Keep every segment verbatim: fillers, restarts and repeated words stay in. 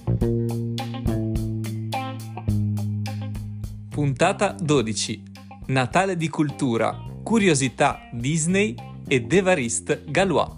Puntata dodici. Natale di cultura, curiosità Disney ed Évariste Galois.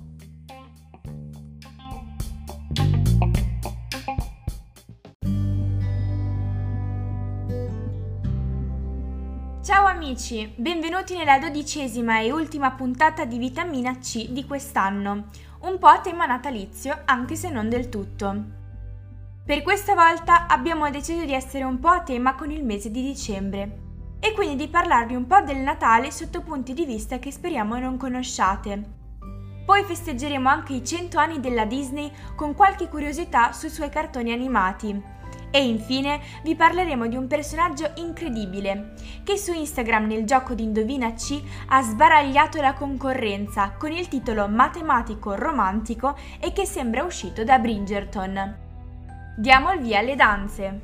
Ciao amici, benvenuti nella dodicesima e ultima puntata di Vitamina C di quest'anno, un po' a tema natalizio, anche se non del tutto. Per questa volta abbiamo deciso di essere un po' a tema con il mese di dicembre e quindi di parlarvi un po' del Natale sotto punti di vista che speriamo non conosciate. Poi festeggeremo anche i cento anni della Disney con qualche curiosità sui suoi cartoni animati. E infine vi parleremo di un personaggio incredibile che su Instagram nel gioco di Indovina C ha sbaragliato la concorrenza con il titolo matematico romantico e che sembra uscito da Bridgerton. Diamo il via alle danze!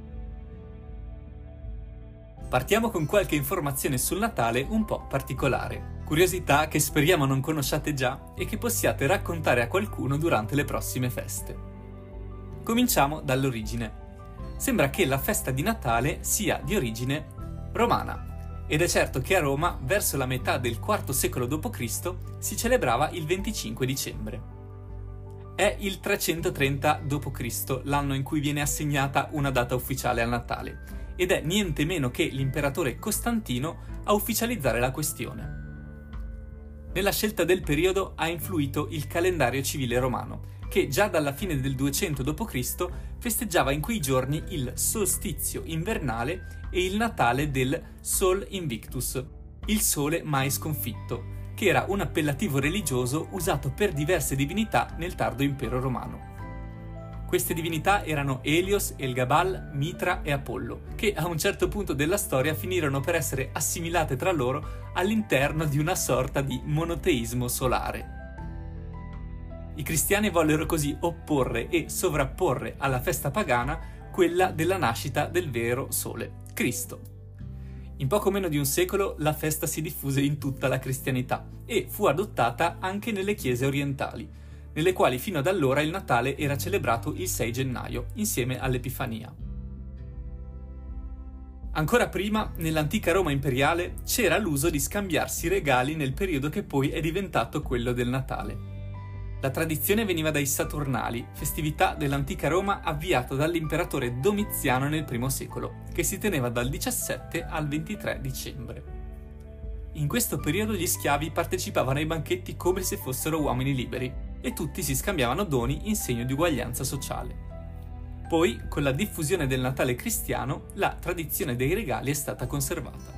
Partiamo con qualche informazione sul Natale un po' particolare. Curiosità che speriamo non conosciate già e che possiate raccontare a qualcuno durante le prossime feste. Cominciamo dall'origine. Sembra che la festa di Natale sia di origine romana ed è certo che a Roma, verso la metà del quarto secolo dopo Cristo, si celebrava il venticinque dicembre. È il trecentotrenta dopo Cristo l'anno in cui viene assegnata una data ufficiale al Natale ed è niente meno che l'imperatore Costantino a ufficializzare la questione. Nella scelta del periodo ha influito il calendario civile romano, che già dalla fine del duecento dopo Cristo festeggiava in quei giorni il solstizio invernale e il Natale del Sol Invictus, il sole mai sconfitto, che era un appellativo religioso usato per diverse divinità nel tardo impero romano. Queste divinità erano Elios, Elgabal, Mitra e Apollo, che a un certo punto della storia finirono per essere assimilate tra loro all'interno di una sorta di monoteismo solare. I cristiani vollero così opporre e sovrapporre alla festa pagana quella della nascita del vero sole, Cristo. In poco meno di un secolo la festa si diffuse in tutta la cristianità e fu adottata anche nelle chiese orientali, nelle quali fino ad allora il Natale era celebrato il sei gennaio, insieme all'Epifania. Ancora prima, nell'antica Roma imperiale, c'era l'uso di scambiarsi regali nel periodo che poi è diventato quello del Natale. La tradizione veniva dai Saturnali, festività dell'antica Roma avviata dall'imperatore Domiziano nel primo secolo, che si teneva dal diciassette al ventitré dicembre. In questo periodo gli schiavi partecipavano ai banchetti come se fossero uomini liberi e tutti si scambiavano doni in segno di uguaglianza sociale. Poi, con la diffusione del Natale cristiano, la tradizione dei regali è stata conservata.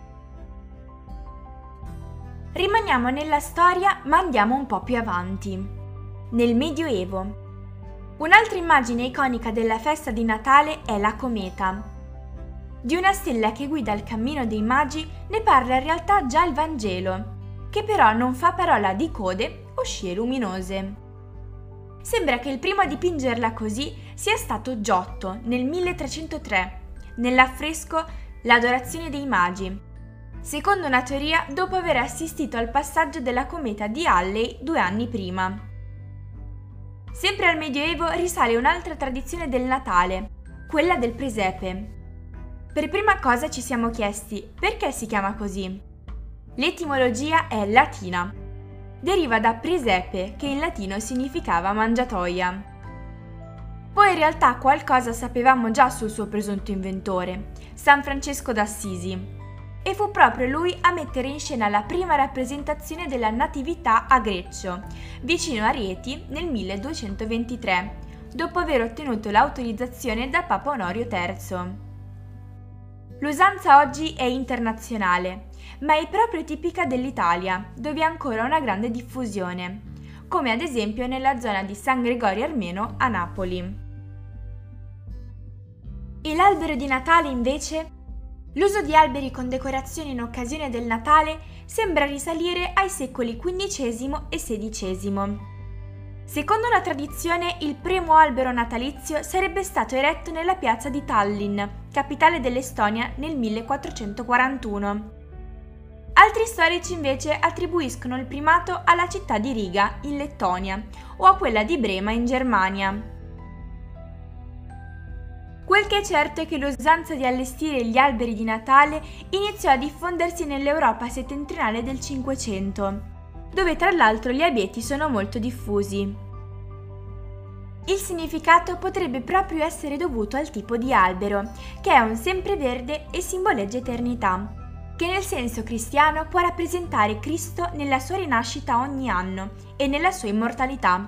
Rimaniamo nella storia ma andiamo un po' più avanti. Nel Medioevo. Un'altra immagine iconica della festa di Natale è la cometa. Di una stella che guida il cammino dei magi ne parla in realtà già il Vangelo, che però non fa parola di code o scie luminose. Sembra che il primo a dipingerla così sia stato Giotto nel milletrecentotre, nell'affresco L'Adorazione dei Magi, secondo una teoria dopo aver assistito al passaggio della cometa di Halley due anni prima. Sempre al Medioevo risale un'altra tradizione del Natale, quella del presepe. Per prima cosa ci siamo chiesti perché si chiama così. L'etimologia è latina. Deriva da presepe, che in latino significava mangiatoia. Poi in realtà qualcosa sapevamo già sul suo presunto inventore, San Francesco d'Assisi. E fu proprio lui a mettere in scena la prima rappresentazione della Natività a Greccio, vicino a Rieti nel milleduecentoventitré, dopo aver ottenuto l'autorizzazione da Papa Onorio terzo. L'usanza oggi è internazionale, ma è proprio tipica dell'Italia, dove ha ancora una grande diffusione, come ad esempio nella zona di San Gregorio Armeno a Napoli. E l'albero di Natale invece? L'uso di alberi con decorazioni in occasione del Natale sembra risalire ai secoli quindicesimo e sedicesimo. Secondo una tradizione, il primo albero natalizio sarebbe stato eretto nella piazza di Tallinn, capitale dell'Estonia, nel millequattrocentoquarantuno. Altri storici invece attribuiscono il primato alla città di Riga, in Lettonia, o a quella di Brema, in Germania. Quel che è certo è che l'usanza di allestire gli alberi di Natale iniziò a diffondersi nell'Europa settentrionale del Cinquecento, dove tra l'altro gli abeti sono molto diffusi. Il significato potrebbe proprio essere dovuto al tipo di albero, che è un sempreverde e simboleggia eternità, che nel senso cristiano può rappresentare Cristo nella sua rinascita ogni anno e nella sua immortalità.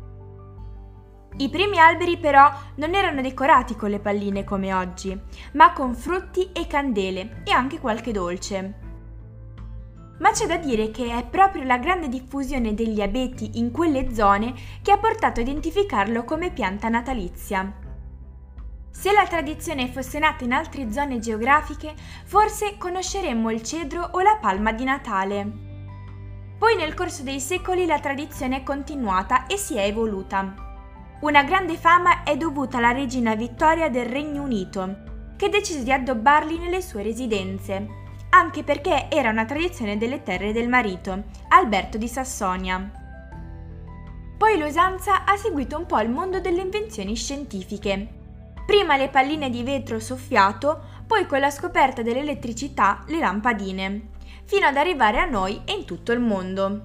I primi alberi però non erano decorati con le palline come oggi, ma con frutti e candele e anche qualche dolce. Ma c'è da dire che è proprio la grande diffusione degli abeti in quelle zone che ha portato a identificarlo come pianta natalizia. Se la tradizione fosse nata in altre zone geografiche, forse conosceremmo il cedro o la palma di Natale. Poi nel corso dei secoli la tradizione è continuata e si è evoluta. Una grande fama è dovuta alla regina Vittoria del Regno Unito, che decise di addobbarli nelle sue residenze, anche perché era una tradizione delle terre del marito, Alberto di Sassonia. Poi l'usanza ha seguito un po' il mondo delle invenzioni scientifiche. Prima le palline di vetro soffiato, poi con la scoperta dell'elettricità le lampadine, fino ad arrivare a noi e in tutto il mondo.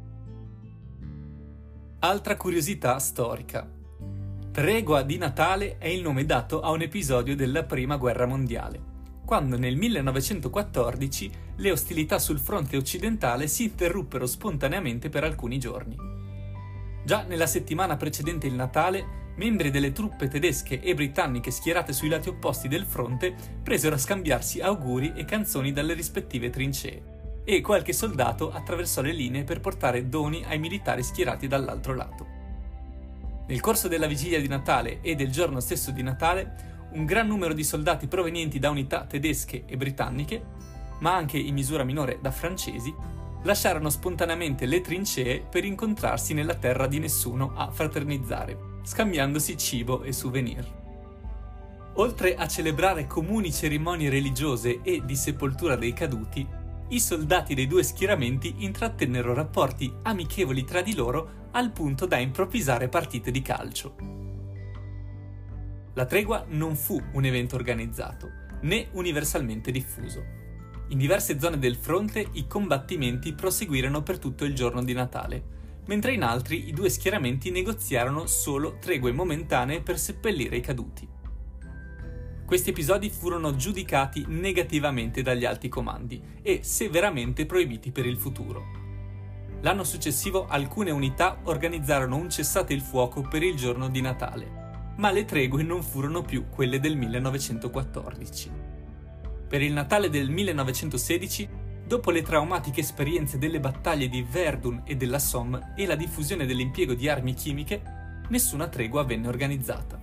Altra curiosità storica. Tregua di Natale è il nome dato a un episodio della Prima Guerra Mondiale, quando nel millenovecentoquattordici le ostilità sul fronte occidentale si interruppero spontaneamente per alcuni giorni. Già nella settimana precedente il Natale, membri delle truppe tedesche e britanniche schierate sui lati opposti del fronte presero a scambiarsi auguri e canzoni dalle rispettive trincee, e qualche soldato attraversò le linee per portare doni ai militari schierati dall'altro lato. Nel corso della vigilia di Natale e del giorno stesso di Natale, un gran numero di soldati provenienti da unità tedesche e britanniche, ma anche in misura minore da francesi, lasciarono spontaneamente le trincee per incontrarsi nella terra di nessuno a fraternizzare, scambiandosi cibo e souvenir. Oltre a celebrare comuni cerimonie religiose e di sepoltura dei caduti, i soldati dei due schieramenti intrattennero rapporti amichevoli tra di loro al punto da improvvisare partite di calcio. La tregua non fu un evento organizzato, né universalmente diffuso. In diverse zone del fronte i combattimenti proseguirono per tutto il giorno di Natale, mentre in altri i due schieramenti negoziarono solo tregue momentanee per seppellire i caduti. Questi episodi furono giudicati negativamente dagli alti comandi e severamente proibiti per il futuro. L'anno successivo alcune unità organizzarono un cessate il fuoco per il giorno di Natale, ma le tregue non furono più quelle del millenovecentoquattordici. Per il Natale del millenovecentosedici, dopo le traumatiche esperienze delle battaglie di Verdun e della Somme e la diffusione dell'impiego di armi chimiche, nessuna tregua venne organizzata.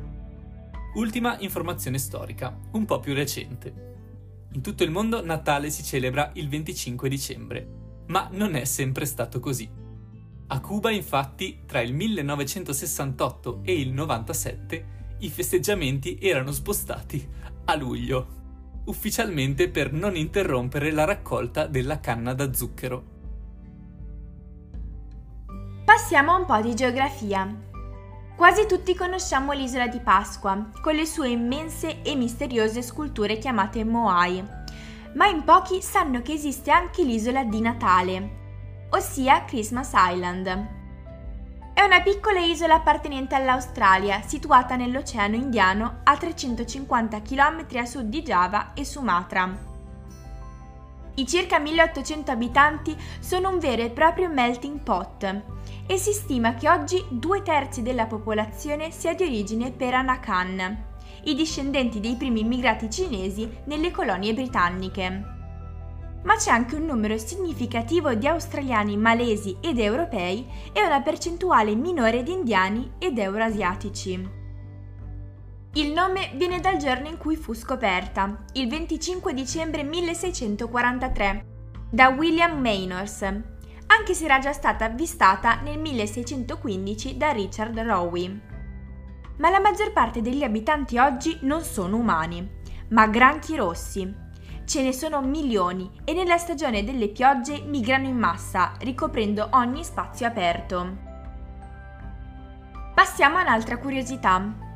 Ultima informazione storica, un po' più recente. In tutto il mondo Natale si celebra il venticinque dicembre, ma non è sempre stato così. A Cuba, infatti, tra il millenovecentosessantotto e il novantasette, i festeggiamenti erano spostati a luglio, ufficialmente per non interrompere la raccolta della canna da zucchero. Passiamo a un po' di geografia. Quasi tutti conosciamo l'isola di Pasqua, con le sue immense e misteriose sculture chiamate Moai, ma in pochi sanno che esiste anche l'isola di Natale, ossia Christmas Island. È una piccola isola appartenente all'Australia, situata nell'Oceano Indiano a trecentocinquanta chilometri a sud di Giava e Sumatra. I circa milleottocento abitanti sono un vero e proprio melting pot e si stima che oggi due terzi della popolazione sia di origine Peranakan, i discendenti dei primi immigrati cinesi nelle colonie britanniche. Ma c'è anche un numero significativo di australiani, malesi ed europei e una percentuale minore di indiani ed euroasiatici. Il nome viene dal giorno in cui fu scoperta, il venticinque dicembre milleseicentoquarantatré, da William Maynors, anche se era già stata avvistata nel milleseicentoquindici da Richard Rowe. Ma la maggior parte degli abitanti oggi non sono umani, ma granchi rossi. Ce ne sono milioni e nella stagione delle piogge migrano in massa, ricoprendo ogni spazio aperto. Passiamo a un'altra curiosità.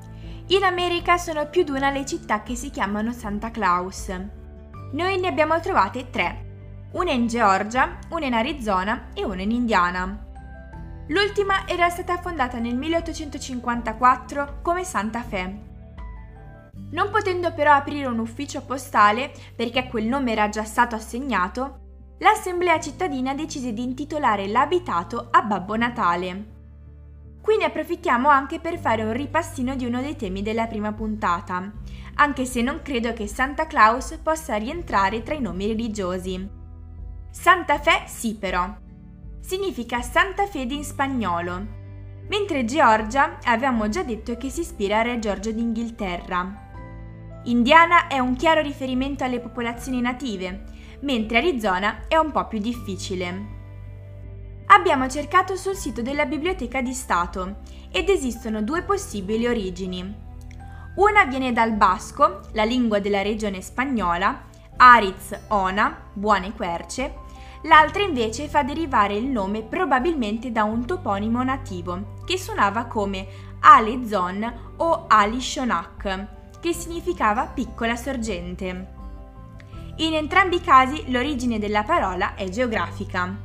In America sono più di una le città che si chiamano Santa Claus. Noi ne abbiamo trovate tre, una in Georgia, una in Arizona e una in Indiana. L'ultima era stata fondata nel milleottocentocinquantaquattro come Santa Fe. Non potendo però aprire un ufficio postale, perché quel nome era già stato assegnato, l'assemblea cittadina decise di intitolare l'abitato a Babbo Natale. Qui ne approfittiamo anche per fare un ripassino di uno dei temi della prima puntata, anche se non credo che Santa Claus possa rientrare tra i nomi religiosi. Santa Fe sì però. Significa Santa Fede in spagnolo, mentre Georgia avevamo già detto che si ispira a Re Giorgio d'Inghilterra. Indiana è un chiaro riferimento alle popolazioni native, mentre Arizona è un po' più difficile. Abbiamo cercato sul sito della Biblioteca di Stato ed esistono due possibili origini. Una viene dal basco, la lingua della regione spagnola, Aritz Ona, buone querce, l'altra invece fa derivare il nome probabilmente da un toponimo nativo, che suonava come Ali Zon o Ali Shonak, che significava piccola sorgente. In entrambi i casi l'origine della parola è geografica.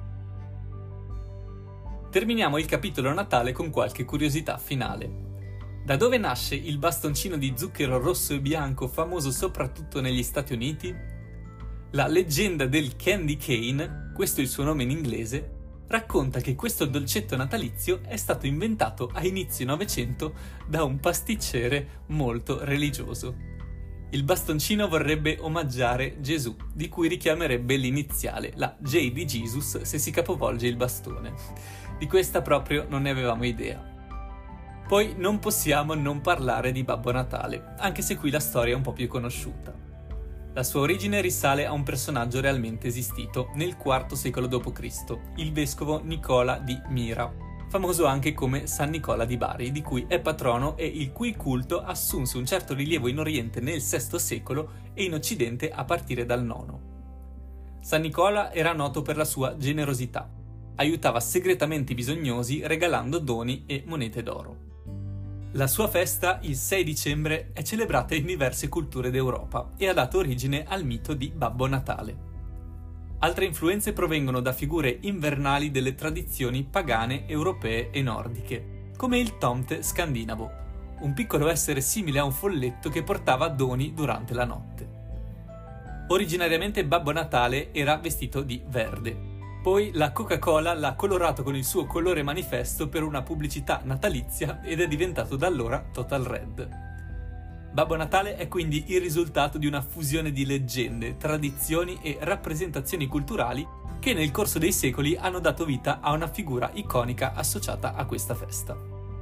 Terminiamo il capitolo Natale con qualche curiosità finale. Da dove nasce il bastoncino di zucchero rosso e bianco famoso soprattutto negli Stati Uniti? La leggenda del candy cane, questo è il suo nome in inglese, racconta che questo dolcetto natalizio è stato inventato a inizio Novecento da un pasticcere molto religioso. Il bastoncino vorrebbe omaggiare Gesù, di cui richiamerebbe l'iniziale, la J di Jesus, se si capovolge il bastone. Di questa proprio non ne avevamo idea. Poi non possiamo non parlare di Babbo Natale, anche se qui la storia è un po' più conosciuta. La sua origine risale a un personaggio realmente esistito nel quarto secolo dopo Cristo, il vescovo Nicola di Mira, famoso anche come San Nicola di Bari, di cui è patrono e il cui culto assunse un certo rilievo in Oriente nel sesto secolo e in Occidente a partire dal nono. San Nicola era noto per la sua generosità. Aiutava segretamente i bisognosi regalando doni e monete d'oro. La sua festa, il sei dicembre, è celebrata in diverse culture d'Europa e ha dato origine al mito di Babbo Natale. Altre influenze provengono da figure invernali delle tradizioni pagane europee e nordiche, come il tomte scandinavo, un piccolo essere simile a un folletto che portava doni durante la notte. Originariamente Babbo Natale era vestito di verde. Poi la Coca-Cola l'ha colorato con il suo colore manifesto per una pubblicità natalizia ed è diventato da allora Total Red. Babbo Natale è quindi il risultato di una fusione di leggende, tradizioni e rappresentazioni culturali che nel corso dei secoli hanno dato vita a una figura iconica associata a questa festa.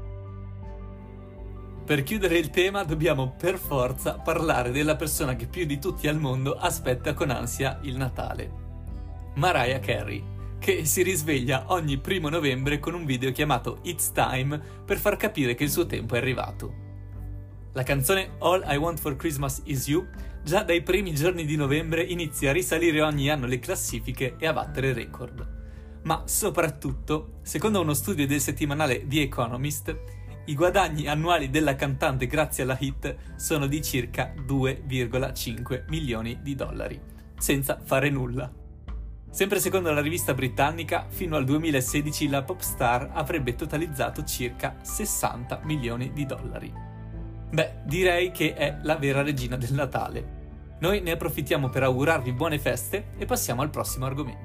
Per chiudere il tema dobbiamo per forza parlare della persona che più di tutti al mondo aspetta con ansia il Natale. Mariah Carey, che si risveglia ogni primo novembre con un video chiamato It's Time per far capire che il suo tempo è arrivato. La canzone All I Want for Christmas Is You già dai primi giorni di novembre inizia a risalire ogni anno le classifiche e a battere record. Ma soprattutto, secondo uno studio del settimanale The Economist, i guadagni annuali della cantante grazie alla hit sono di circa due virgola cinque milioni di dollari, senza fare nulla. Sempre secondo la rivista britannica, fino al duemilasedici la pop star avrebbe totalizzato circa sessanta milioni di dollari. Beh, direi che è la vera regina del Natale. Noi ne approfittiamo per augurarvi buone feste e passiamo al prossimo argomento.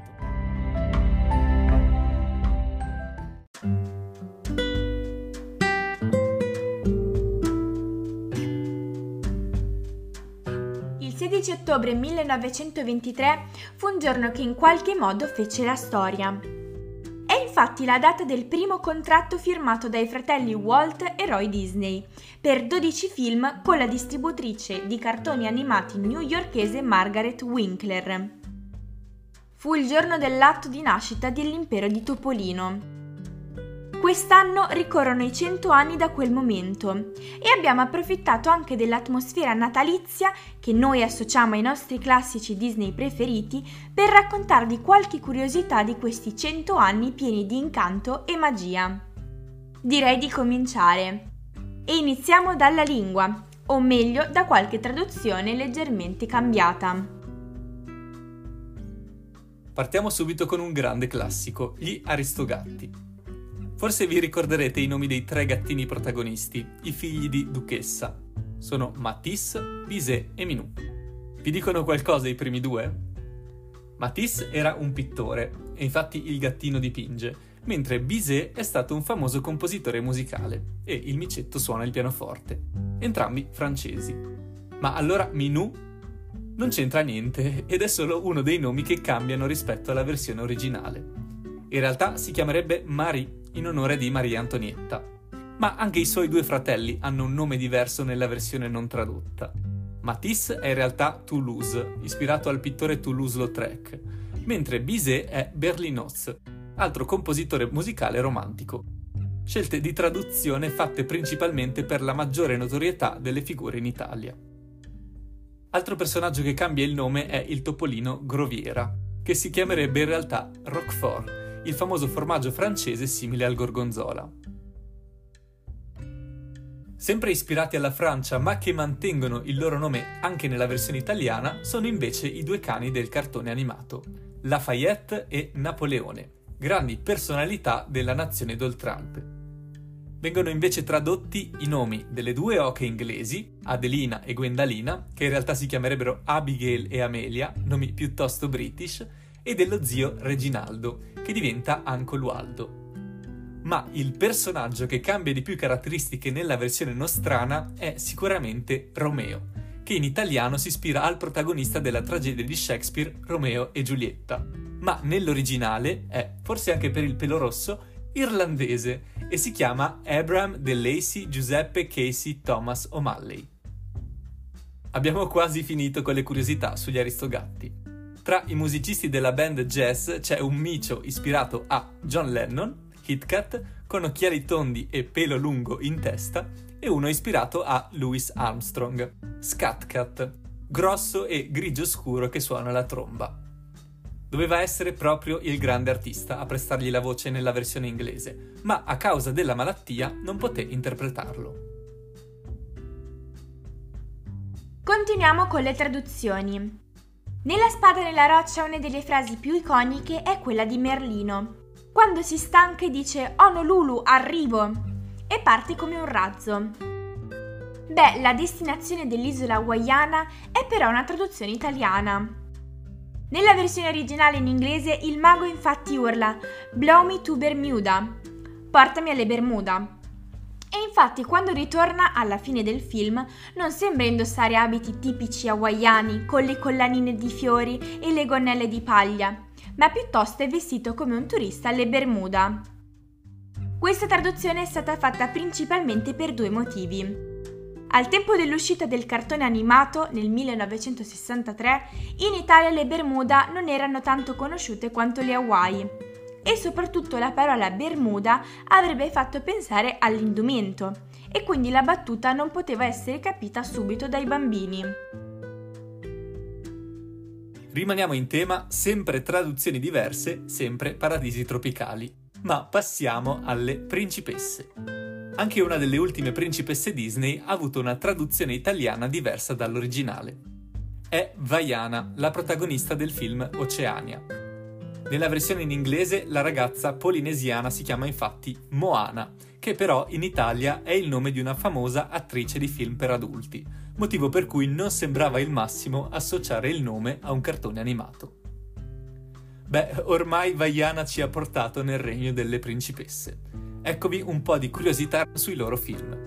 Il sedici ottobre millenovecentoventitré fu un giorno che in qualche modo fece la storia. È infatti la data del primo contratto firmato dai fratelli Walt e Roy Disney per dodici film con la distributrice di cartoni animati newyorkese Margaret Winkler. Fu il giorno dell'atto di nascita dell'impero di Topolino. Quest'anno ricorrono i cento anni da quel momento e abbiamo approfittato anche dell'atmosfera natalizia che noi associamo ai nostri classici Disney preferiti per raccontarvi qualche curiosità di questi cento anni pieni di incanto e magia. Direi di cominciare. E iniziamo dalla lingua, o meglio da qualche traduzione leggermente cambiata. Partiamo subito con un grande classico, gli Aristogatti. Forse vi ricorderete i nomi dei tre gattini protagonisti, i figli di duchessa. Sono Matisse, Bizet e Minou. Vi dicono qualcosa i primi due? Matisse era un pittore, e infatti il gattino dipinge, mentre Bizet è stato un famoso compositore musicale, e il micetto suona il pianoforte. Entrambi francesi. Ma allora Minou? Non c'entra niente, ed è solo uno dei nomi che cambiano rispetto alla versione originale. In realtà si chiamerebbe Marie, in onore di Maria Antonietta. Ma anche i suoi due fratelli hanno un nome diverso nella versione non tradotta. Matisse è in realtà Toulouse, ispirato al pittore Toulouse-Lautrec, mentre Bizet è Berlioz, altro compositore musicale romantico. Scelte di traduzione fatte principalmente per la maggiore notorietà delle figure in Italia. Altro personaggio che cambia il nome è il topolino Groviera, che si chiamerebbe in realtà Roquefort, il famoso formaggio francese simile al gorgonzola. Sempre ispirati alla Francia ma che mantengono il loro nome anche nella versione italiana sono invece i due cani del cartone animato, Lafayette e Napoleone, grandi personalità della nazione d'Oltralpe. Vengono invece tradotti i nomi delle due oche inglesi, Adelina e Gwendalina, che in realtà si chiamerebbero Abigail e Amelia, nomi piuttosto british, e dello zio Reginaldo, che diventa Uncle Waldo. Ma il personaggio che cambia di più caratteristiche nella versione nostrana è sicuramente Romeo, che in italiano si ispira al protagonista della tragedia di Shakespeare Romeo e Giulietta, ma nell'originale è, forse anche per il pelo rosso, irlandese e si chiama Abram de Lacy Giuseppe Casey Thomas O'Malley. Abbiamo quasi finito con le curiosità sugli Aristogatti. Tra i musicisti della band jazz c'è un micio ispirato a John Lennon, Kit Kat, con occhiali tondi e pelo lungo in testa, e uno ispirato a Louis Armstrong, Scat Cat, grosso e grigio scuro che suona la tromba. Doveva essere proprio il grande artista a prestargli la voce nella versione inglese, ma a causa della malattia non poté interpretarlo. Continuiamo con le traduzioni. Nella Spada nella roccia una delle frasi più iconiche è quella di Merlino, quando si stanca e dice "Honolulu, arrivo!" e parte come un razzo. Beh, la destinazione dell'isola hawaiana è però una traduzione italiana. Nella versione originale in inglese il mago infatti urla "Blow me to Bermuda", portami alle Bermuda. E infatti quando ritorna alla fine del film non sembra indossare abiti tipici hawaiani con le collanine di fiori e le gonnelle di paglia, ma piuttosto è vestito come un turista alle Bermuda. Questa traduzione è stata fatta principalmente per due motivi. Al tempo dell'uscita del cartone animato, nel millenovecentosessantatré, in Italia le Bermuda non erano tanto conosciute quanto le Hawaii e soprattutto la parola Bermuda avrebbe fatto pensare all'indumento e quindi la battuta non poteva essere capita subito dai bambini. Rimaniamo in tema, sempre traduzioni diverse, sempre paradisi tropicali. Ma passiamo alle principesse. Anche una delle ultime principesse Disney ha avuto una traduzione italiana diversa dall'originale. È Vaiana, la protagonista del film Oceania. Nella versione in inglese la ragazza polinesiana si chiama infatti Moana, che però in Italia è il nome di una famosa attrice di film per adulti, motivo per cui non sembrava il massimo associare il nome a un cartone animato. Beh, ormai Vaiana ci ha portato nel regno delle principesse. Eccovi un po' di curiosità sui loro film.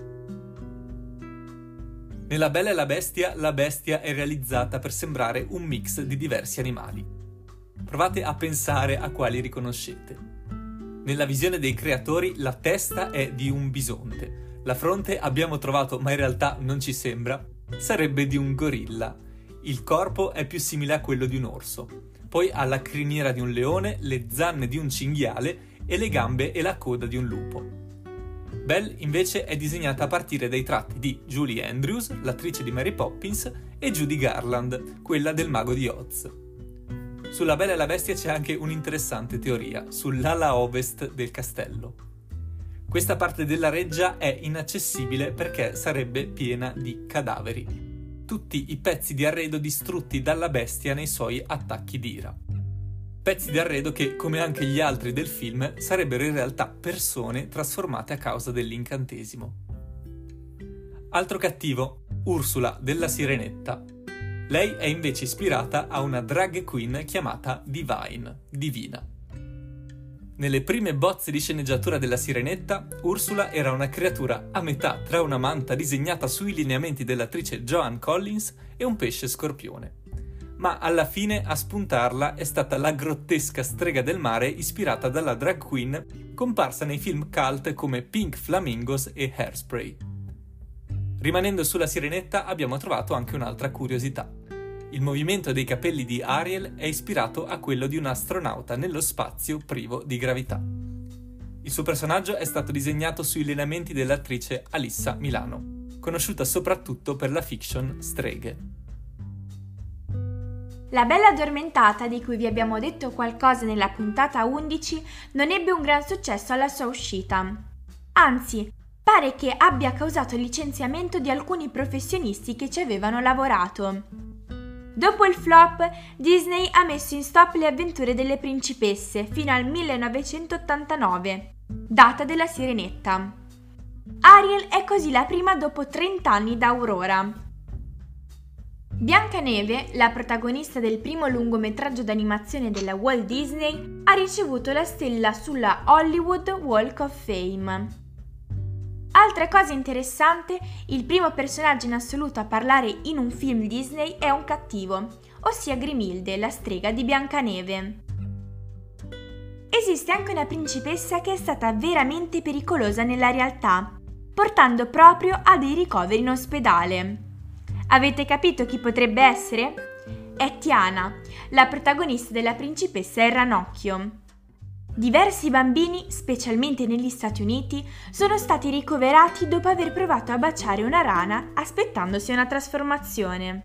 Nella Bella e la Bestia, la bestia è realizzata per sembrare un mix di diversi animali. Provate a pensare a quali riconoscete. Nella visione dei creatori la testa è di un bisonte, la fronte abbiamo trovato, ma in realtà non ci sembra, sarebbe di un gorilla, il corpo è più simile a quello di un orso, poi ha la criniera di un leone, le zanne di un cinghiale e le gambe e la coda di un lupo. Belle invece è disegnata a partire dai tratti di Julie Andrews, l'attrice di Mary Poppins, e Judy Garland, quella del Mago di Oz. Sulla Bella e la Bestia c'è anche un'interessante teoria, sull'ala ovest del castello. Questa parte della reggia è inaccessibile perché sarebbe piena di cadaveri, tutti i pezzi di arredo distrutti dalla bestia nei suoi attacchi d'ira. Pezzi di arredo che, come anche gli altri del film, sarebbero in realtà persone trasformate a causa dell'incantesimo. Altro cattivo, Ursula della Sirenetta. Lei è invece ispirata a una drag queen chiamata Divine, divina. Nelle prime bozze di sceneggiatura della Sirenetta, Ursula era una creatura a metà tra una manta disegnata sui lineamenti dell'attrice Joan Collins e un pesce scorpione. Ma alla fine a spuntarla è stata la grottesca strega del mare ispirata dalla drag queen comparsa nei film cult come Pink Flamingos e Hairspray. Rimanendo sulla Sirenetta abbiamo trovato anche un'altra curiosità. Il movimento dei capelli di Ariel è ispirato a quello di un astronauta nello spazio privo di gravità. Il suo personaggio è stato disegnato sui lineamenti dell'attrice Alyssa Milano, conosciuta soprattutto per la fiction Streghe. La Bella Addormentata, di cui vi abbiamo detto qualcosa nella puntata undici, non ebbe un gran successo alla sua uscita. Anzi, pare che abbia causato il licenziamento di alcuni professionisti che ci avevano lavorato. Dopo il flop, Disney ha messo in stop le avventure delle principesse fino al millenovecentottantanove, data della Sirenetta. Ariel è così la prima dopo trenta anni da Aurora. Biancaneve, la protagonista del primo lungometraggio d'animazione della Walt Disney, ha ricevuto la stella sulla Hollywood Walk of Fame. Altra cosa interessante, il primo personaggio in assoluto a parlare in un film Disney è un cattivo, ossia Grimilde, la strega di Biancaneve. Esiste anche una principessa che è stata veramente pericolosa nella realtà, portando proprio a dei ricoveri in ospedale. Avete capito chi potrebbe essere? È Tiana, la protagonista della Principessa e il Ranocchio. Diversi bambini, specialmente negli Stati Uniti, sono stati ricoverati dopo aver provato a baciare una rana aspettandosi una trasformazione.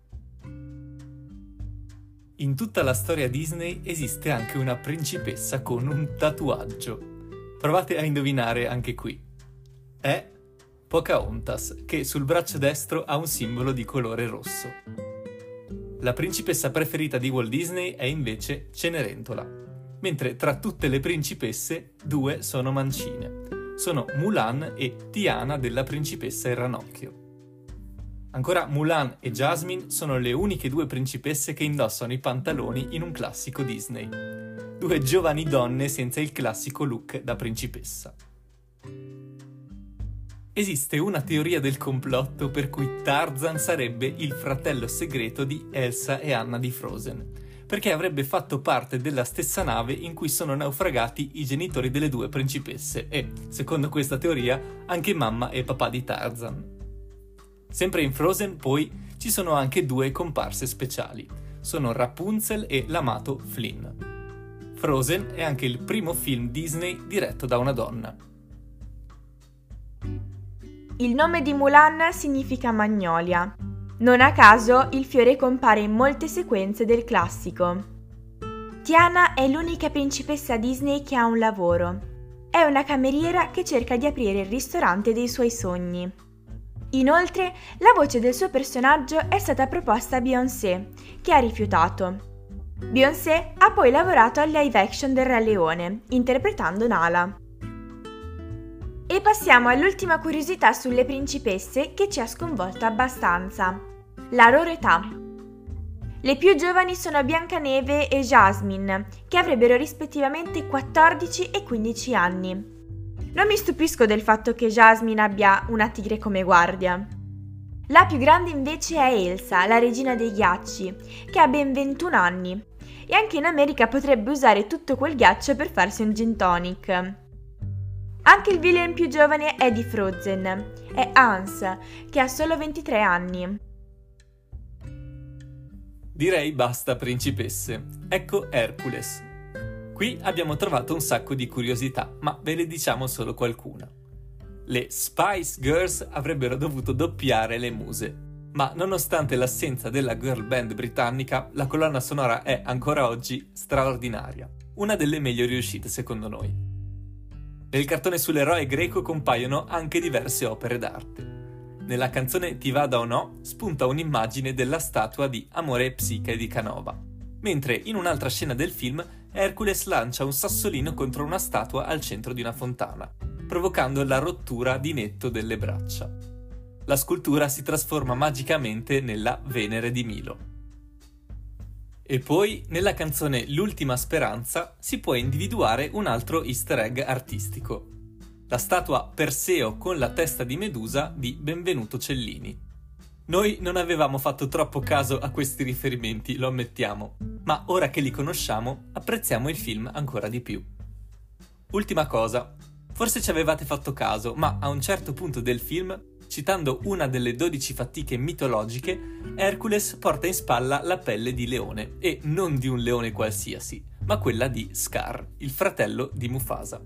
In tutta la storia Disney esiste anche una principessa con un tatuaggio. Provate a indovinare anche qui. È Pocahontas, che sul braccio destro ha un simbolo di colore rosso. La principessa preferita di Walt Disney è invece Cenerentola, mentre tra tutte le principesse due sono mancine. Sono Mulan e Tiana della Principessa e il Ranocchio. Ancora Mulan e Jasmine sono le uniche due principesse che indossano i pantaloni in un classico Disney. Due giovani donne senza il classico look da principessa. Esiste una teoria del complotto per cui Tarzan sarebbe il fratello segreto di Elsa e Anna di Frozen, perché avrebbe fatto parte della stessa nave in cui sono naufragati i genitori delle due principesse e, secondo questa teoria, anche mamma e papà di Tarzan. Sempre in Frozen, poi, ci sono anche due comparse speciali. Sono Rapunzel e l'amato Flynn. Frozen è anche il primo film Disney diretto da una donna. Il nome di Mulan significa magnolia. Non a caso il fiore compare in molte sequenze del classico. Tiana è l'unica principessa Disney che ha un lavoro. È una cameriera che cerca di aprire il ristorante dei suoi sogni. Inoltre, la voce del suo personaggio è stata proposta a Beyoncé, che ha rifiutato. Beyoncé ha poi lavorato al live action del Re Leone, interpretando Nala. E passiamo all'ultima curiosità sulle principesse che ci ha sconvolto abbastanza: la loro età. Le più giovani sono Biancaneve e Jasmine, che avrebbero rispettivamente quattordici e quindici anni. Non mi stupisco del fatto che Jasmine abbia una tigre come guardia. La più grande invece è Elsa, la regina dei ghiacci, che ha ben ventuno anni, e anche in America potrebbe usare tutto quel ghiaccio per farsi un gin tonic. Anche il villain più giovane è di Frozen, è Hans, che ha solo ventitré anni. Direi basta principesse. Ecco Hercules. Qui abbiamo trovato un sacco di curiosità, ma ve ne diciamo solo qualcuna. Le Spice Girls avrebbero dovuto doppiare le muse, ma nonostante l'assenza della girl band britannica, la colonna sonora è ancora oggi straordinaria, una delle meglio riuscite secondo noi. Nel cartone sull'eroe greco compaiono anche diverse opere d'arte. Nella canzone Ti vada o no spunta un'immagine della statua di Amore e Psiche di Canova, mentre in un'altra scena del film Hercules lancia un sassolino contro una statua al centro di una fontana, provocando la rottura di netto delle braccia. La scultura si trasforma magicamente nella Venere di Milo. E poi, nella canzone L'ultima speranza, si può individuare un altro easter egg artistico. La statua Perseo con la testa di Medusa di Benvenuto Cellini. Noi non avevamo fatto troppo caso a questi riferimenti, lo ammettiamo, ma ora che li conosciamo, apprezziamo il film ancora di più. Ultima cosa, forse ci avevate fatto caso, ma a un certo punto del film, citando una delle dodici fatiche mitologiche, Hercules porta in spalla la pelle di leone, e non di un leone qualsiasi, ma quella di Scar, il fratello di Mufasa.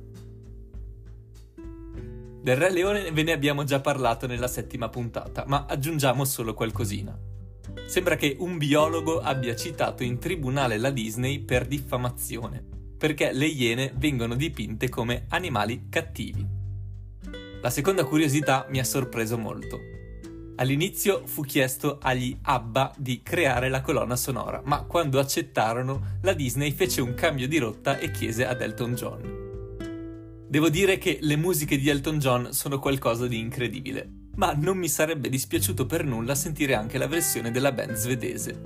Del Re Leone ve ne abbiamo già parlato nella settima puntata, ma aggiungiamo solo qualcosina. Sembra che un biologo abbia citato in tribunale la Disney per diffamazione, perché le iene vengono dipinte come animali cattivi. La seconda curiosità mi ha sorpreso molto. All'inizio fu chiesto agli ABBA di creare la colonna sonora, ma quando accettarono, la Disney fece un cambio di rotta e chiese ad Elton John. Devo dire che le musiche di Elton John sono qualcosa di incredibile, ma non mi sarebbe dispiaciuto per nulla sentire anche la versione della band svedese.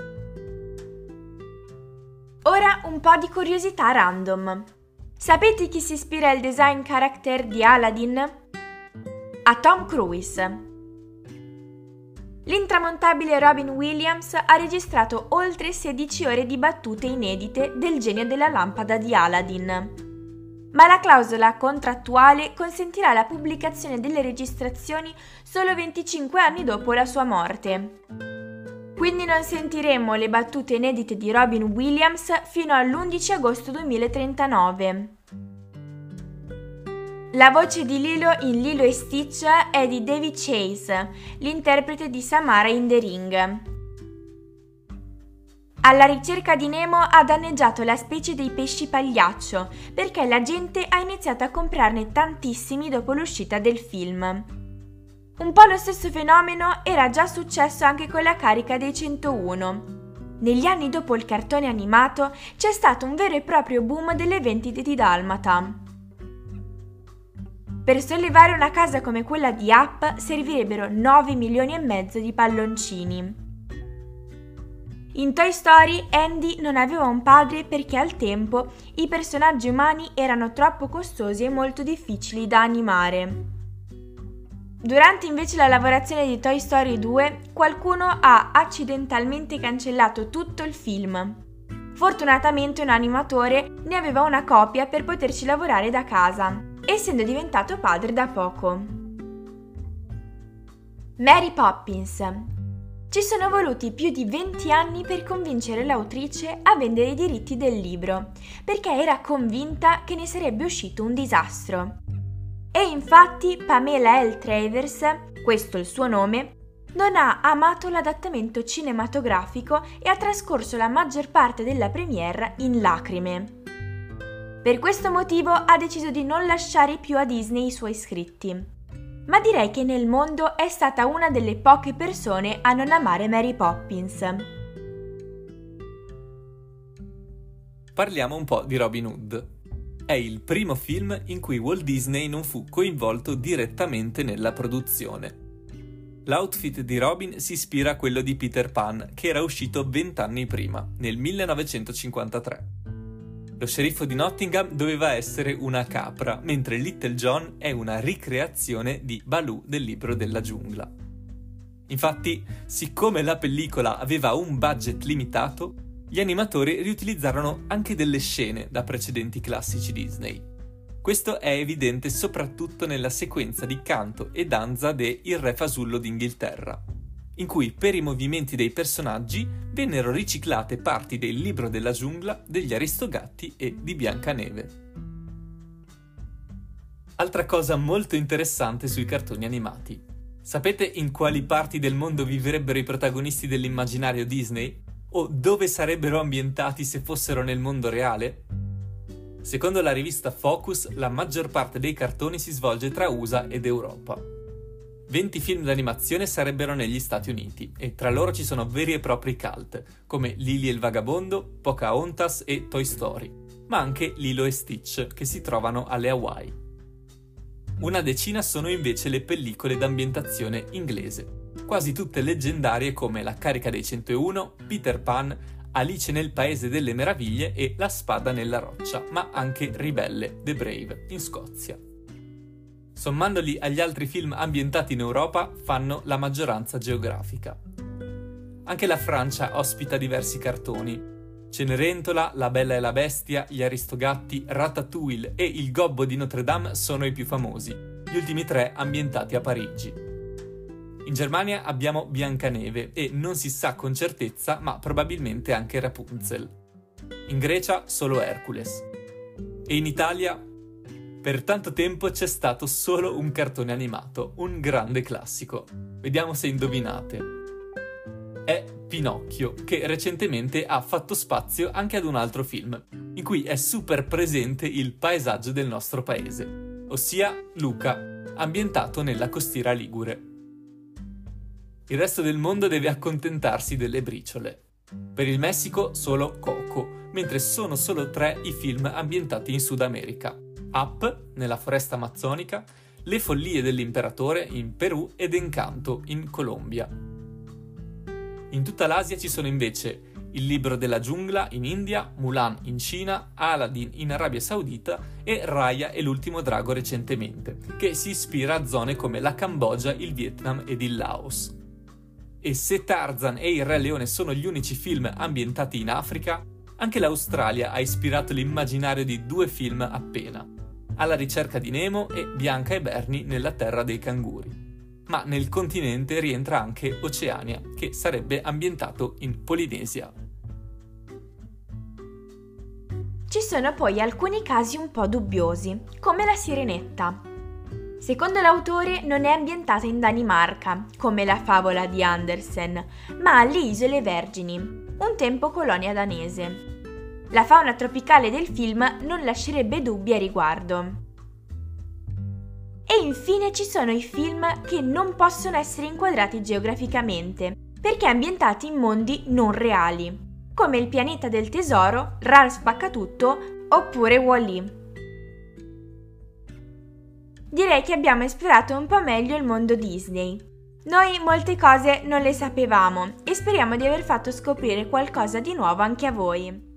Ora un po' di curiosità random. Sapete chi si ispira al design character di Aladdin? A Tom Cruise. L'intramontabile Robin Williams ha registrato oltre sedici ore di battute inedite del genio della lampada di Aladdin. Ma la clausola contrattuale consentirà la pubblicazione delle registrazioni solo venticinque anni dopo la sua morte. Quindi non sentiremo le battute inedite di Robin Williams fino all'undici agosto duemilatrentanove. La voce di Lilo in Lilo e Stitch è di David Chase, l'interprete di Samara in The Ring. Alla ricerca di Nemo ha danneggiato la specie dei pesci pagliaccio, perché la gente ha iniziato a comprarne tantissimi dopo l'uscita del film. Un po' lo stesso fenomeno era già successo anche con la carica dei centouno. Negli anni dopo il cartone animato c'è stato un vero e proprio boom delle vendite di dalmata. Per sollevare una casa come quella di Up servirebbero nove milioni e mezzo di palloncini. In Toy Story Andy non aveva un padre perché al tempo i personaggi umani erano troppo costosi e molto difficili da animare. Durante invece la lavorazione di Toy Story due, qualcuno ha accidentalmente cancellato tutto il film. Fortunatamente un animatore ne aveva una copia per poterci lavorare da casa, essendo diventato padre da poco. Mary Poppins. Ci sono voluti più di venti anni per convincere l'autrice a vendere i diritti del libro, perché era convinta che ne sarebbe uscito un disastro. E infatti Pamela L. Travers, questo è il suo nome, non ha amato l'adattamento cinematografico e ha trascorso la maggior parte della premiere in lacrime. Per questo motivo ha deciso di non lasciare più a Disney i suoi scritti. Ma direi che nel mondo è stata una delle poche persone a non amare Mary Poppins. Parliamo un po' di Robin Hood. È il primo film in cui Walt Disney non fu coinvolto direttamente nella produzione. L'outfit di Robin si ispira a quello di Peter Pan, che era uscito vent'anni prima, nel millenovecentocinquantatré. Lo sceriffo di Nottingham doveva essere una capra, mentre Little John è una ricreazione di Baloo del Libro della Giungla. Infatti, siccome la pellicola aveva un budget limitato, gli animatori riutilizzarono anche delle scene da precedenti classici Disney. Questo è evidente soprattutto nella sequenza di canto e danza de Il Re Fasullo d'Inghilterra, in cui per i movimenti dei personaggi vennero riciclate parti del Libro della Giungla, degli Aristogatti e di Biancaneve. Altra cosa molto interessante sui cartoni animati. Sapete in quali parti del mondo vivrebbero i protagonisti dell'immaginario Disney? O dove sarebbero ambientati se fossero nel mondo reale? Secondo la rivista Focus, la maggior parte dei cartoni si svolge tra U S A ed Europa. venti film d'animazione sarebbero negli Stati Uniti, e tra loro ci sono veri e propri cult, come Lily e il Vagabondo, Pocahontas e Toy Story, ma anche Lilo e Stitch, che si trovano alle Hawaii. Una decina sono invece le pellicole d'ambientazione inglese, quasi tutte leggendarie come La carica dei centouno, Peter Pan, Alice nel Paese delle Meraviglie e La spada nella roccia, ma anche Ribelle, The Brave, in Scozia. Sommandoli agli altri film ambientati in Europa, fanno la maggioranza geografica. Anche la Francia ospita diversi cartoni. Cenerentola, La Bella e la Bestia, Gli Aristogatti, Ratatouille e Il Gobbo di Notre Dame sono i più famosi, gli ultimi tre ambientati a Parigi. In Germania abbiamo Biancaneve e non si sa con certezza, ma probabilmente anche Rapunzel. In Grecia solo Hercules. E in Italia, per tanto tempo c'è stato solo un cartone animato, un grande classico. Vediamo se indovinate. È Pinocchio, che recentemente ha fatto spazio anche ad un altro film, in cui è super presente il paesaggio del nostro paese, ossia Luca, ambientato nella costiera ligure. Il resto del mondo deve accontentarsi delle briciole. Per il Messico solo Coco, mentre sono solo tre i film ambientati in Sud America. Up, nella foresta amazzonica, Le follie dell'imperatore in Perù ed Encanto in Colombia. In tutta l'Asia ci sono invece Il libro della giungla in India, Mulan in Cina, Aladdin in Arabia Saudita e Raya e l'ultimo drago recentemente, che si ispira a zone come la Cambogia, il Vietnam ed il Laos. E se Tarzan e il Re Leone sono gli unici film ambientati in Africa, anche l'Australia ha ispirato l'immaginario di due film appena, Alla ricerca di Nemo e Bianca e Bernie nella terra dei canguri. Ma nel continente rientra anche Oceania, che sarebbe ambientato in Polinesia. Ci sono poi alcuni casi un po' dubbiosi, come la Sirenetta. Secondo l'autore non è ambientata in Danimarca, come la favola di Andersen, ma alle Isole Vergini, un tempo colonia danese. La fauna tropicale del film non lascerebbe dubbi a riguardo. E infine ci sono i film che non possono essere inquadrati geograficamente, perché ambientati in mondi non reali, come Il pianeta del tesoro, Ralph Spaccatutto oppure Wall-E. Direi che abbiamo esplorato un po' meglio il mondo Disney. Noi molte cose non le sapevamo e speriamo di aver fatto scoprire qualcosa di nuovo anche a voi.